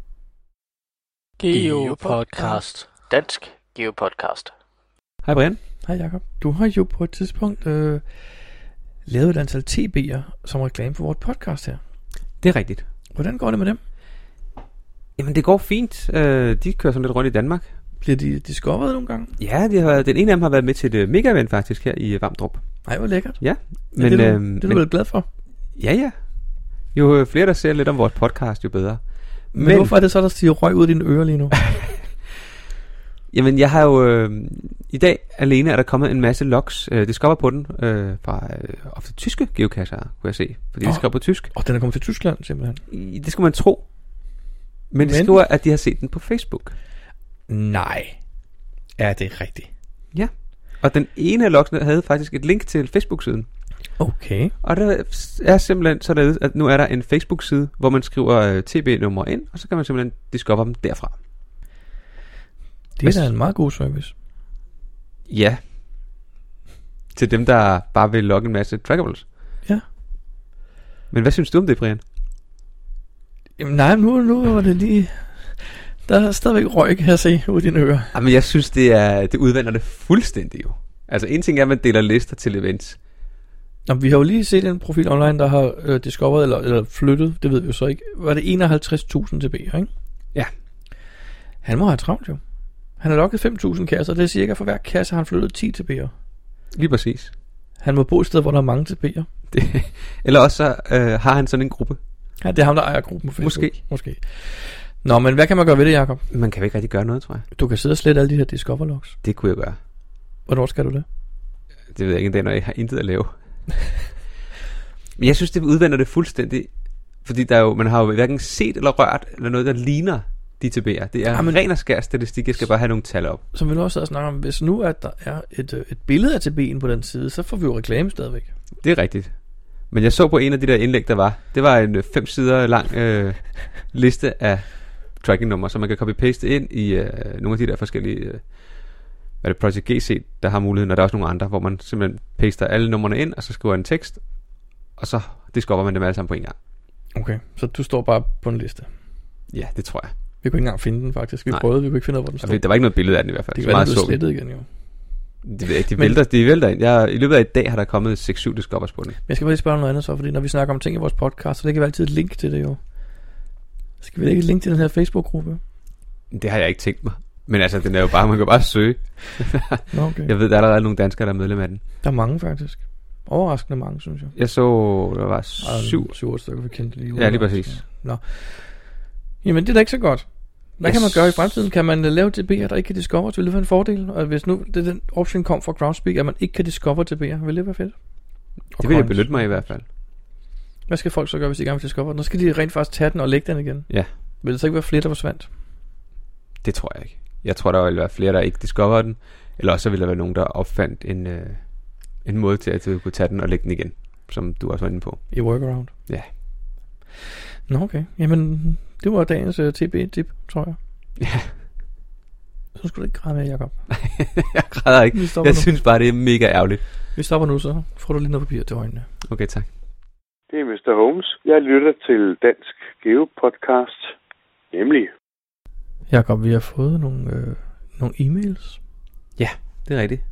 Geopodcast. Dansk Geopodcast. Hej Brian. Hej Jacob. Du har jo på et tidspunkt lavet et antal TB'er som reklame for vores podcast her. Det er rigtigt. Hvordan går det med dem? Jamen det går fint. De kører sådan lidt rundt i Danmark. Bliver de discovered nogle gange? Ja, den ene af dem har været med til et mega-event faktisk her i Vamdrup. Nej, hvor lækkert. Ja. Men det er du vel glad for? Ja. Jo flere der ser lidt om vores podcast, jo bedre. Men hvorfor er det så, der stiger røg ud af dine ører lige nu? Jamen jeg har jo i dag alene er der kommet en masse logs. Det skopper på den fra ofte tyske geocacher, kunne jeg se. Fordi det skriver på tysk. Og den er kommet til Tyskland simpelthen. Det skulle man tro. Men det skriver, at de har set den på Facebook. Nej. Er det rigtigt? Ja. Og den ene af logsene havde faktisk et link til Facebook-siden. Okay. Og der er simpelthen således, at nu er der en Facebook-side, hvor man skriver TB-nummer ind, og så kan man simpelthen discover dem derfra. Det er da en meget god service. Ja. Til dem, der bare vil logge en masse trackables. Ja. Men hvad synes du om det, Brian? Jamen nej, nu var det lige... Der er stadigvæk røg, kan jeg se, ud i dine ører. Jamen jeg synes, det udvander det fuldstændig jo. Altså en ting er, at man deler lister til events. Nå, vi har jo lige set en profil online, der har discovered eller flyttet, det ved vi jo så ikke. Var det 51.000 TB'er, ikke? Ja. Han må have travlt jo. Han har logget 5.000 kasser, det er cirka for hver kasse har han flyttet 10 TB'er. Lige præcis. Han må bo et sted, hvor der er mange TB'er. Eller også så har han sådan en gruppe. Ja, det er ham, der ejer gruppen på Facebook. Måske. Nå, men hvad kan man gøre ved det, Jacob? Man kan jo ikke rigtig gøre noget, tror jeg. Du kan sidde og slette alle de her discover logs. Det kunne jeg gøre. Hvornår skal du det? Det ved jeg ikke, når jeg har intet at lave. Men jeg synes, det udvander det fuldstændig. Fordi man har jo hverken set eller rørt eller noget, der ligner de TB'er. Det er ren og skær statistik. Jeg skal bare have nogle tal op. Som vi nu også snakke om, hvis nu at der er et billede af TB'en på den side, så får vi jo reklame stadigvæk. Det er rigtigt. Men jeg så på en af de der indlæg, der var. Det var en 5 sider lang liste af tracking-nummer, så man kan copy-paste ind i nogle af de der forskellige... Hvad er det, Project GC, der har muligheden, og der er også nogle andre, hvor man simpelthen paster alle numrene ind, og så skriver en tekst, og så discover man dem alle sammen på en gang. Okay, så du står bare på en liste? Ja, det tror jeg. Vi kunne ikke engang finde den faktisk. Vi prøvede, vi kunne ikke finde ud af, hvor den stod. Der var ikke noget billede af den i hvert fald. Det kan være, den blev slettet igen jo. Det ved jeg ikke, de vælter ind. I løbet af i dag har der kommet 6-7 discovers på den. Men jeg skal bare lige spørge om noget andet så, fordi når vi snakker om ting i vores podcast, så lægger vi altid et link til det jo. Skal vi lægge et link til den her Facebook-gruppe? Det har jeg ikke tænkt mig. Men altså, den er jo bare, man kan bare søge. Okay. Jeg ved, der er allerede nogle danskere, der er medlem af den. Der er mange faktisk. Overraskende mange, synes jeg. Jeg så, der var 7 stykker, vi kendte lige. Ja, lige præcis. Nå. Jamen, det er da ikke så godt. Hvad kan man gøre i fremtiden? Kan man lave DB'er, der ikke kan discover? Vil det være en fordel? Og hvis nu den option kom fra Groundspeak, at man ikke kan discover DB'er, vil det være fedt? Det vil jeg benytte mig i hvert fald. Hvad skal folk så gøre, hvis de gerne vil discover den? Så skal de rent faktisk tage den og lægge den igen. Ja. Vil det så ikke være flere, der forsvandt? Det tror jeg ikke. Jeg tror, der vil være flere, der ikke discover den. Eller også vil der være nogen, der opfandt en måde til, at du kunne tage den og lægge den igen. Som du også var inde på. I workaround? Ja. Nå, okay. Jamen, det var dagens TB-tip, tror jeg. Ja. Så skulle du ikke græde med, Jacob. Jeg græder ikke. Jeg synes bare, det er mega ærgerligt. Vi stopper nu, så får du lige noget papir til øjnene. Okay, tak. Det er Mr. Holmes. Jeg lytter til Dansk Geo-podcast. Nemlig. Jacob, vi har fået nogle e-mails. Ja, det er rigtigt.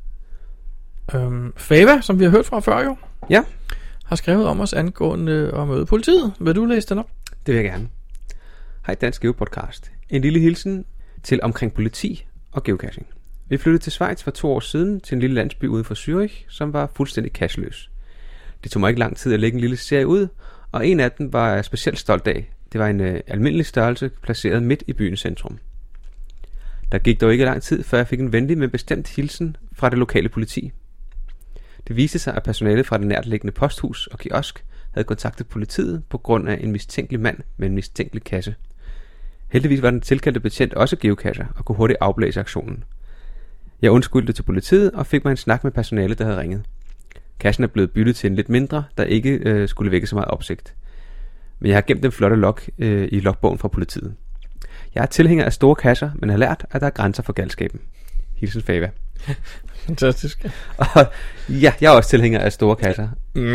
Fava, som vi har hørt fra før jo. Ja. Har skrevet om os angående at møde politiet. Vil du læse den op? Det vil jeg gerne. Hej Dansk Geo-podcast. En lille hilsen til omkring politi og geocaching. Vi flyttede til Schweiz for 2 år siden til en lille landsby ude for Zürich, som var fuldstændig cashløs. Det tog mig ikke lang tid at lægge en lille serie ud, og en af dem var jeg specielt stolt af. Det var en almindelig størrelse, placeret midt i byens centrum. Der gik dog ikke lang tid, før jeg fik en venlig, men bestemt hilsen fra det lokale politi. Det viste sig, at personalet fra det nærtliggende posthus og kiosk havde kontaktet politiet på grund af en mistænkelig mand med en mistænkelig kasse. Heldigvis var den tilkaldte betjent også geocacher og kunne hurtigt afblæse aktionen. Jeg undskyldte til politiet og fik mig en snak med personalet, der havde ringet. Kassen er blevet byttet til en lidt mindre, der ikke skulle vække så meget opsigt. Men jeg har gemt den flotte log i logbogen fra politiet. Jeg er tilhænger af store kasser, men har lært, at der er grænser for galskaben. Hilsen Fava. Fantastisk. Og ja, jeg er også tilhænger af store kasser.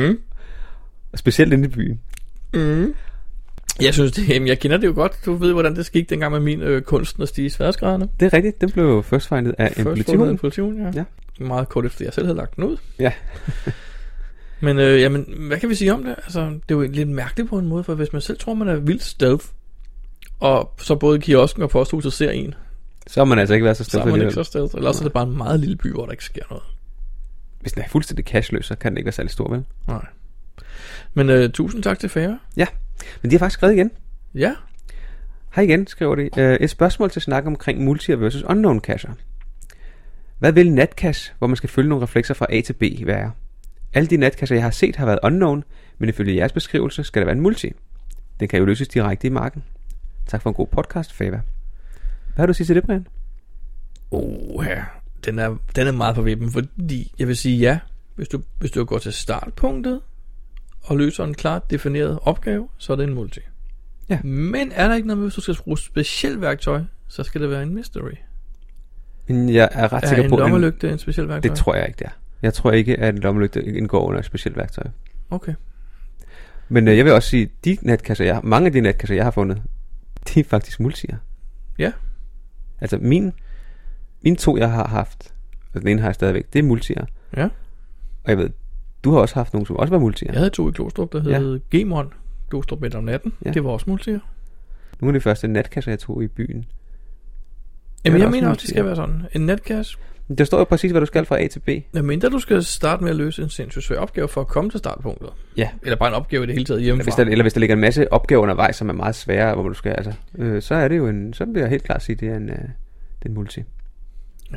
Specielt inde i byen. Jeg synes det, jeg kender det jo godt. Du ved, hvordan det skete dengang med min kunsten at stige i sværdsgraderne. Det er rigtigt. Den blev først fundet af en politihund. Ja. Meget kort efter jeg selv havde lagt den ud. Ja. Men jamen, hvad kan vi sige om det? Altså, det er jo lidt mærkeligt på en måde, for hvis man selv tror, man er vildt stealth, og så både kiosken og posthuset ser en, så har man altså ikke været så stealth. Så er man ikke så stealth. Eller også er det bare en meget lille by, hvor der ikke sker noget. Hvis den er fuldstændig cashløs, så kan den ikke være særlig stor, vel? Nej. Men tusind tak til Fære. Ja, men de har faktisk skrevet igen. Ja. Hej igen, skriver de. Et spørgsmål til snak omkring multi versus unknown cacher. Hvad vil natcache, hvor man skal følge nogle reflekser fra A til B, være? Alle de natcacher, jeg har set, har været unknown, men ifølge jeres beskrivelse skal der være en multi. Den kan jo løses direkte i marken. Tak for en god podcast, Fava. Hvad har du at sige til det, Brian? Ja. Den er meget på vippen, fordi jeg vil sige ja, hvis du går til startpunktet og løser en klart defineret opgave, så er det en multi. Ja. Men er der ikke noget med, hvis du skal bruge specielt værktøj, så skal det være en mystery. Men jeg er ret sikker på, en lommelygte en specielt værktøj? Det tror jeg ikke, det er. Jeg tror ikke, at en lommelygte indgår under et specielt værktøj. Okay. Men jeg vil også sige, mange af de netkasser, jeg har fundet, de er faktisk multier. Ja. Altså mine 2, jeg har haft, og den ene har jeg stadigvæk, det er multier. Ja. Og jeg ved, du har også haft nogle, som også var multier. Jeg havde 2 i Glostrup, der hed Gmon. Glostrup midt om natten. Ja. Det var også multier. Nogle af de første netkasser, jeg tog i byen. Jamen jeg mener også, det skal være sådan. En netcache. Der står jo præcis, hvad du skal fra A til B. Jeg mener, du skal starte med at løse en sindssygt svær opgave for at komme til startpunktet. Ja. Eller bare en opgave i det hele taget hjemmefra. Eller hvis der ligger en masse opgaver undervejs, som er meget svære, hvor du skal, altså, så er det jo så vil jeg helt klart sige, det er en multi. Ja.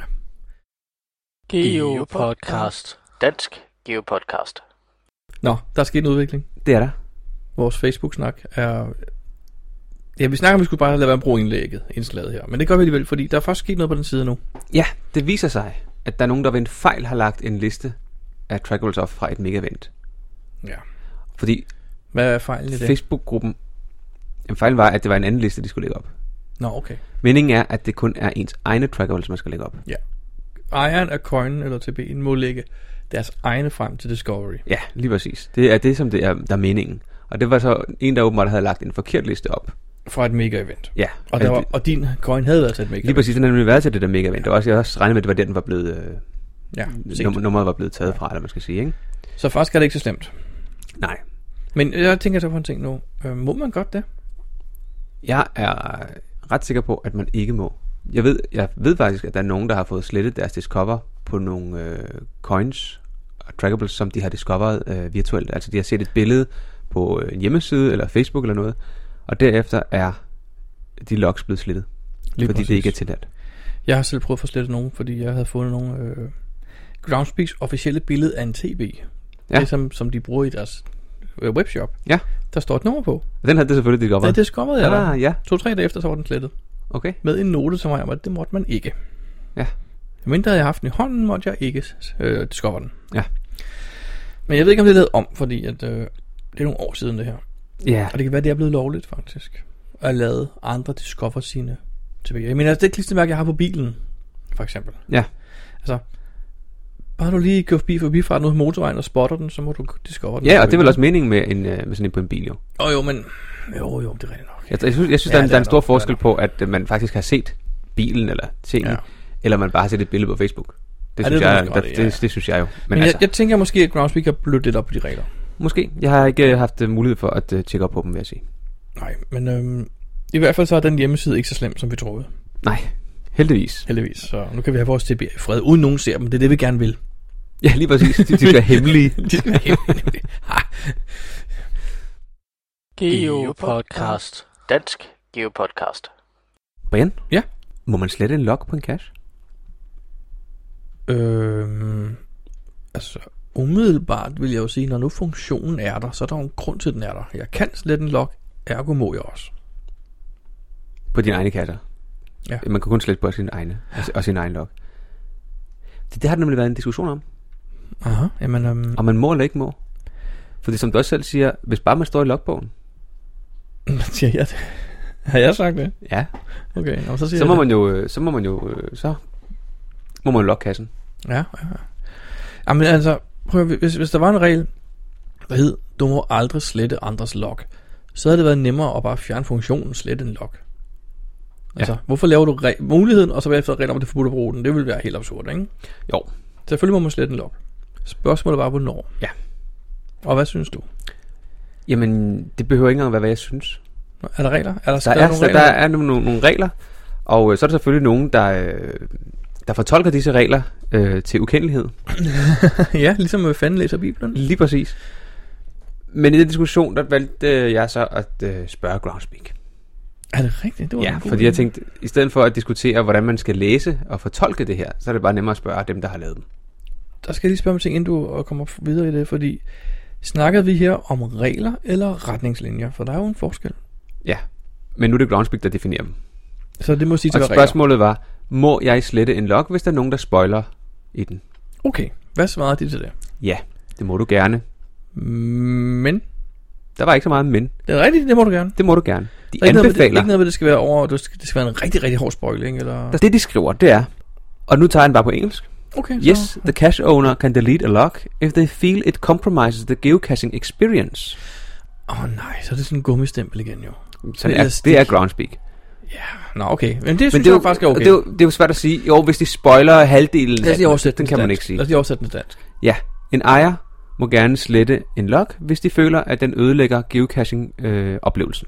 Geo-podcast. Dansk Geo-podcast. Nå, der er sket en udvikling. Det er der. Vores Facebook-snak er... Ja, vi snakker, om vi skulle bare lade være at bruge indslaget her. Men det gør vi alligevel, fordi der er først sket noget på den side nu. Ja, det viser sig, at der er nogen, der ved en fejl har lagt en liste af trackables op fra et mega-event. Ja. Fordi... Hvad er fejlen i det? Facebook-gruppen... fejlen var, at det var en anden liste, de skulle lægge op. Nå, okay. Meningen er, at det kun er ens egne trackables, man skal lægge op. Ja. Ejeren af coinen eller TB'en må lægge deres egne frem til Discovery. Ja, lige præcis. Det er det, som det er, der er meningen. Og det var så en, der åbenbart havde lagt en forkert liste op. Fra et mega-event. Ja. Og din coin havde været til et mega-event. Lige præcis, den havde været til det der mega-event. Ja. Jeg også regnede med, at det var der, den var blevet... nummeret var blevet taget fra, eller man skal sige, ikke? Så faktisk er det ikke så slemt. Nej. Men jeg tænker så på en ting nu. Må man godt det? Jeg er ret sikker på, at man ikke må. Jeg ved faktisk, at der er nogen, der har fået slettet deres Discover på nogle coins og trackables, som de har discoveret virtuelt. Altså de har set et billede på en hjemmeside eller Facebook eller noget, og derefter er de logs blevet slettet, fordi præcis. Det ikke er tilladt. Jeg har selv prøvet at få slettet nogen, fordi jeg havde fundet nogle Groundspeaks officielle billede af en TB. Ja. Det som de bruger i deres webshop. Ja. Der står et nummer på. Den havde det selvfølgelig discoveret. Ja, det discoverede jeg der. Ja. 2-3 dage efter, så var den slettet. Okay. Med en note, som var om, at det måtte man ikke. Ja. Men havde jeg haft den i hånden, måtte jeg ikke discover den. Ja. Men jeg ved ikke, om det er lavet om, fordi at, det er nogle år siden det her. Ja. Og det kan være, det er blevet lovligt, faktisk. At lade andre discover sine tilbage. Jeg mener, altså, det klistermærke, jeg har på bilen, for eksempel. Ja. Altså, bare du lige går forbi fra noget motorvejen og spotter den, så må du discover den. Ja, og det er vel også meningen med sådan en på en bil, jo. Jo, men... Jo, det er rigtigt nok. Jeg synes der er en stor forskel på, at man faktisk har set bilen eller tingene, eller man bare har set et billede på Facebook. Det synes jeg jo. Men altså, jeg tænker måske, at Groundspeak har blødt lidt op på de regler. Måske. Jeg har ikke haft mulighed for at tjekke op på dem, vil jeg sige. Nej, men i hvert fald så er den hjemmeside ikke så slem, som vi troede. Nej, heldigvis. Så nu kan vi have vores TBA i fred, uden nogen ser dem. Det er det, vi gerne vil. Ja, lige præcis. De skal være hemmelige. De skal være hemmelige. Geopodcast. Dansk Geopodcast. Brian? Ja? Må man slette en log på en cache? Altså, umiddelbart vil jeg jo sige, når nu funktionen er der, så er der en grund til, at den er der. Jeg kan slette en log, ergo må jeg også. På dine egne cacher? Ja. Man kan kun slette på sin egen log. Det har der nemlig været en diskussion om. Aha, jamen... Og man må eller ikke må. Fordi som du også selv siger, hvis bare man står i logbogen. Siger jeg det? Har jeg sagt det? Ja. Okay, så siger så må man logge kassen. Ja. Jamen altså, prøv, hvis der var en regel, der hed, du må aldrig slette andres log, så havde det været nemmere at bare fjerne funktionen slette en log. Altså, hvorfor laver du muligheden, og så bagefter regler om, at det er forbudt at bruge den? Det ville være helt absurd, ikke? Jo. Selvfølgelig må man slette en log. Spørgsmålet var, hvornår? Ja. Og hvad synes du? Jamen, det behøver ikke engang være, hvad jeg synes. Er der regler? Der er nogle regler, og så er der selvfølgelig nogen, der fortolker disse regler til ukendelighed. Ja, ligesom med fanden læser Bibelen. Lige præcis. Men i den diskussion, der valgte jeg så at spørge Groundspeak. Er det rigtigt? Det var fordi jeg tænkte, i stedet for at diskutere, hvordan man skal læse og fortolke det her, så er det bare nemmere at spørge dem, der har lavet dem. Der skal jeg lige spørge mig ting, inden du kommer videre i det, fordi snakkede vi her om regler eller retningslinjer? For der er jo en forskel. Ja, men nu er det Groundspeak, der definerer dem. Så det må sige til og spørgsmålet var, må jeg slette en log, hvis der er nogen, der spoiler i den? Okay, hvad svarede de til det? Ja, det må du gerne. Men? Der var ikke så meget men. Det er rigtigt, det må du gerne. Det må du gerne. De anbefaler. Ikke noget, det skal være over, det skal være en rigtig, rigtig hård spoiling, eller? Det de skriver, det er, og nu tager jeg den bare på engelsk. Okay, yes, the cache owner can delete a log if they feel it compromises the geocaching experience. Nej, så er det sådan en gummistempel igen jo. Så det er Groundspeak. Ja, nå okay. Men det synes jeg faktisk er okay. Det er jo svært at sige. Jo, hvis de spoiler halvdelen af den, kan man ikke sige. Lad os lige oversætte den dansk. Ja, en ejer må gerne slette en log, hvis de føler, at den ødelægger geocaching-oplevelsen.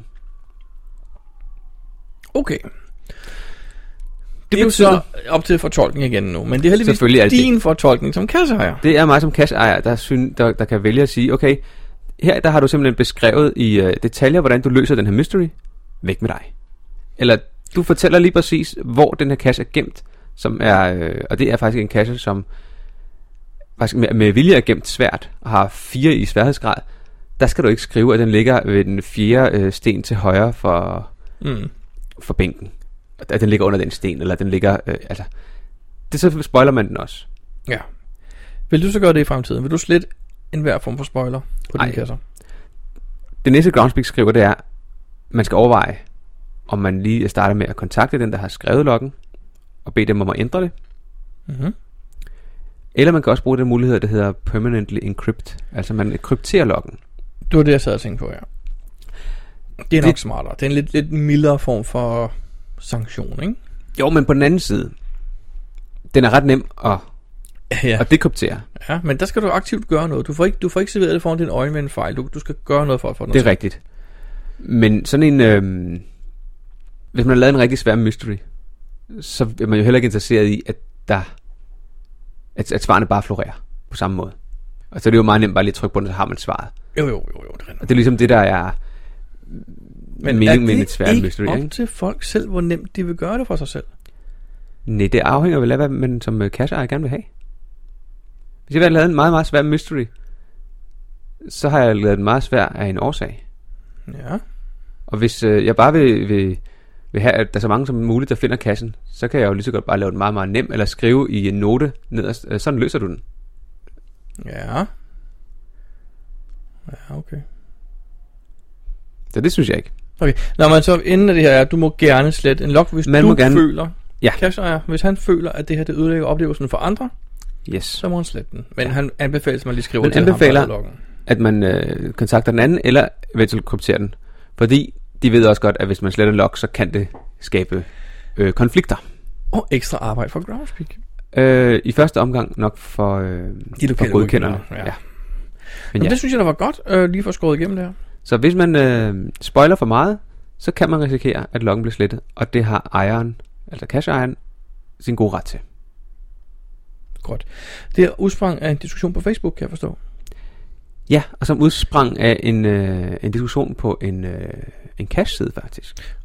Okay. Det er jo så op til fortolkning igen nu, men det er heldigvis din fortolkning som cacheejer. Det er mig som cacheejer, der kan vælge at sige, okay, her der har du simpelthen beskrevet i detaljer, hvordan du løser den her mystery. Væk med dig. Eller du fortæller lige præcis, hvor den her cache er gemt, som er, og det er faktisk en cache, som faktisk med vilje er gemt svært, og har 4 i sværhedsgrad. Der skal du ikke skrive, at den ligger ved den 4. sten til højre for bænken. At den ligger under den sten, eller den ligger, det så spoiler man den også. Ja. Vil du så gøre det i fremtiden? Vil du slette enhver form for spoiler på dine kasser? Det næste Groundspeak skriver, det er, man skal overveje, om man lige starter med at kontakte den, der har skrevet loggen, og bede dem om at ændre det. Mm-hmm. Eller man kan også bruge den mulighed, der hedder permanently encrypt. Altså man krypterer loggen. Det var det, jeg sad og tænkte på, ja. Det er nok smartere. Det er en lidt mildere form for sanktion, ikke? Jo, men på den anden side, den er ret nem at dekryptere. Ja, men der skal du aktivt gøre noget. Du får ikke serveret det foran din øjne med en fejl. Du skal gøre noget for at få den. Det er rigtigt. Men sådan en... hvis man har lavet en rigtig svær mystery, så er man jo heller ikke interesseret i, at svarene bare florerer på samme måde. Og så er det jo meget nemt bare lige at trykke på den, så har man svaret. Jo, det er og det er ligesom det, der er meningen med et svært mystery. Men er det ikke op til folk selv, hvor nemt de vil gøre det for sig selv? Nej, det afhænger vel af, hvad man som cache-ejer gerne vil have. Hvis jeg vil have lavet en meget, meget svær mystery, så har jeg lavet den meget svær af en årsag. Ja. Og hvis jeg bare vil have, at der er så mange som muligt, der finder kassen, så kan jeg jo lige så godt bare lave den meget, meget nem, eller skrive i en note nederst. Sådan løser du den. Ja. Ja, okay. Så det synes jeg ikke. Okay, når man så inden af det her er, du må gerne slette en log, hvis man du føler, cache-ejer, hvis han føler, at det her det ødelægger oplevelsen for andre, så må han slette den. Men han anbefaler, at man lige skriver til ham på loggen. At man kontakter den anden, eller eventuelt krypterer den. Fordi de ved også godt, at hvis man sletter en log, så kan det skabe konflikter. Og ekstra arbejde for Groundspeak. I første omgang nok for godkenderne. Ja. Men det synes jeg, der var godt, lige for skåret igennem der. Så hvis man spoiler for meget, så kan man risikere, at loggen bliver slettet. Og det har ejeren, altså cache-ejeren, sin gode ret til. Godt. Det er udsprang af en diskussion på Facebook, kan jeg forstå. Ja, og som udsprang af en diskussion på en cache-side faktisk.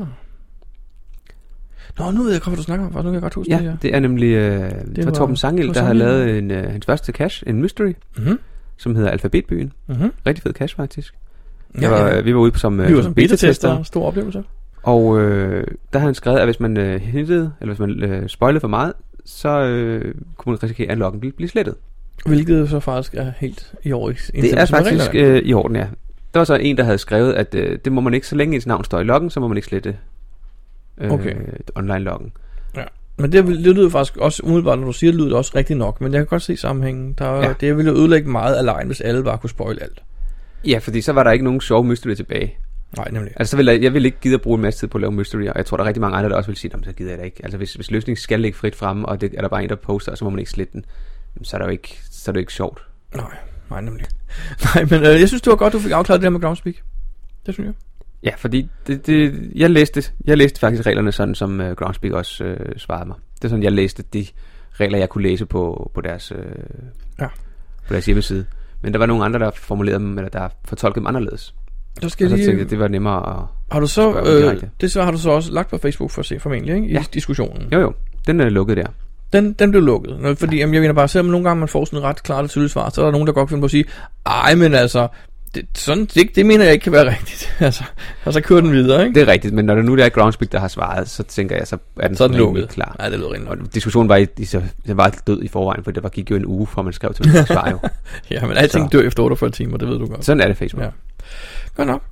Nå, nu ved jeg godt, hvad du snakker om. Nu kan jeg godt huske det her. Det er nemlig fra Torben Sangel, der har lavet hans første cache, en mystery, som hedder Alfabetbyen. Rigtig fed cache faktisk. Vi var ude som beta-tester. Stor oplevelse. Og der har han skrevet, at hvis man hintede, eller hvis man spoilede for meget, så kunne man risikere, at loggen bliver slettet. Hvilket så faktisk er helt i orden. Det er faktisk i orden, ja. Der var så en, der havde skrevet, at det må man ikke, så længe ens navn står i loggen, så må man ikke slette online-loggen. Ja. Men det lyder faktisk også, umiddelbart når du siger, det lyder det også rigtigt nok. Men jeg kan godt se sammenhængen. Det ville jo ødelægge meget af lejen, hvis alle bare kunne spoile alt. Ja, fordi så var der ikke nogen sjove mystery tilbage. Nej, nemlig. Altså, jeg vil ikke gide at bruge en masse tid på at lave mystery, og jeg tror, der er rigtig mange andre, der også vil sige, så gider jeg det ikke. Altså, hvis løsningen skal ligge frit fremme, og det er der bare en, der poster, så må man ikke slette den, så er det jo ikke sjovt. Nej, nemlig. Nej, men jeg synes, det var godt, du fik afklaret det der med Groundspeak. Det synes jeg. Ja, fordi jeg læste faktisk reglerne sådan, som Groundspeak også svarede mig. Det er sådan, jeg læste de regler, jeg kunne læse på deres hjemmeside. Men der var nogle andre, der formulerede dem, eller der fortolkede dem anderledes. Og så tænkte jeg, det var nemmere at... Har du så, har du så også lagt på Facebook for at se formentlig, ikke? I diskussionen. Jo, den er lukket der. Den blev lukket. Fordi jeg mener bare, selvom nogle gange man får sådan et ret klart og tydeligt svar, så er der nogen, der godt kan finde på at sige, ej, men altså, det mener jeg ikke kan være rigtigt. Altså, og så kører den videre, ikke? Det er rigtigt, men når det nu er Groundspeak, der har svaret, så tænker jeg, så er den sådan lukket. Klar. Ja, det lyder rent. Og diskussionen var den var død i forvejen, for det gik jo en uge, fra man skrev til mig svar jo. Ja, men alting dør efter 48 timer, det ved du godt. Sådan er det Facebook. Ja. Godt nok.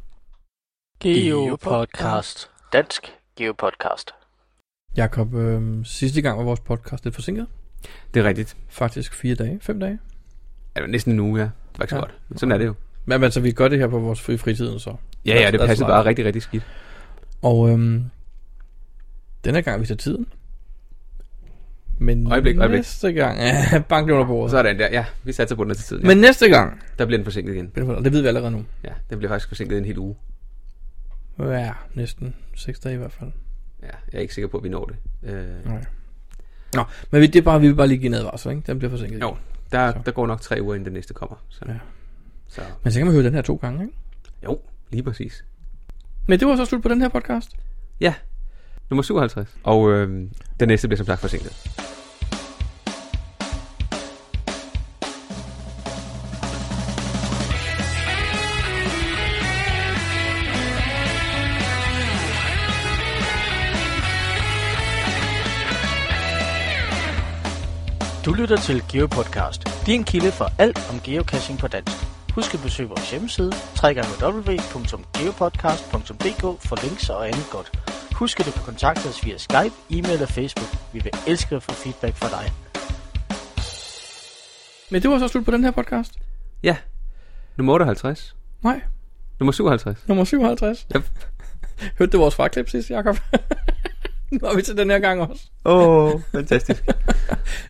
Geopodcast. Dansk Geopodcast. Jakob, sidste gang var vores podcast lidt forsinket. Det er rigtigt. Faktisk 4 dage, 5 dage. Ja, det var næsten en uge, ja. Det var ikke så godt. Men sådan er det jo. Men altså, vi gør det her på vores fritiden, så. Ja, det passer bare rigtig, rigtig skidt. Og denne gang vi tager tiden. Men øjeblik. Næste gang, bank det under bordet. Sådan der, ja. Vi satser på den til tiden. Ja. Men næste gang, der bliver den forsinket igen. Det ved vi allerede nu. Ja, den bliver faktisk forsinket en hel uge. Ja, næsten 6 dage i hvert fald. Ja, jeg er ikke sikker på, at vi når det. Nej. Nå, men vi vil bare lige give en advarsel, ikke? Den bliver forsinket. Jo, der går nok 3 uger, inden den næste kommer. Så. Ja. Så. Men så kan man høre den her 2 gange, ikke? Jo, lige præcis. Men det var så slut på den her podcast. Ja, nummer 57. Og den næste bliver som sagt forsinket. Du lytter til GeoPodcast, din kilde for alt om geocaching på dansk. Husk at besøge vores hjemmeside, www.geopodcast.dk for links og andet godt. Husk at du kan kontakte os via Skype, e-mail og Facebook. Vi vil elske at få feedback fra dig. Men det var så slut på den her podcast? Ja. Nummer 58. Nej. Nummer 57. Nummer 57? Yep. Hørte du vores fraklip sidst, Jacob? Nu er vi til den her gang også. Fantastisk.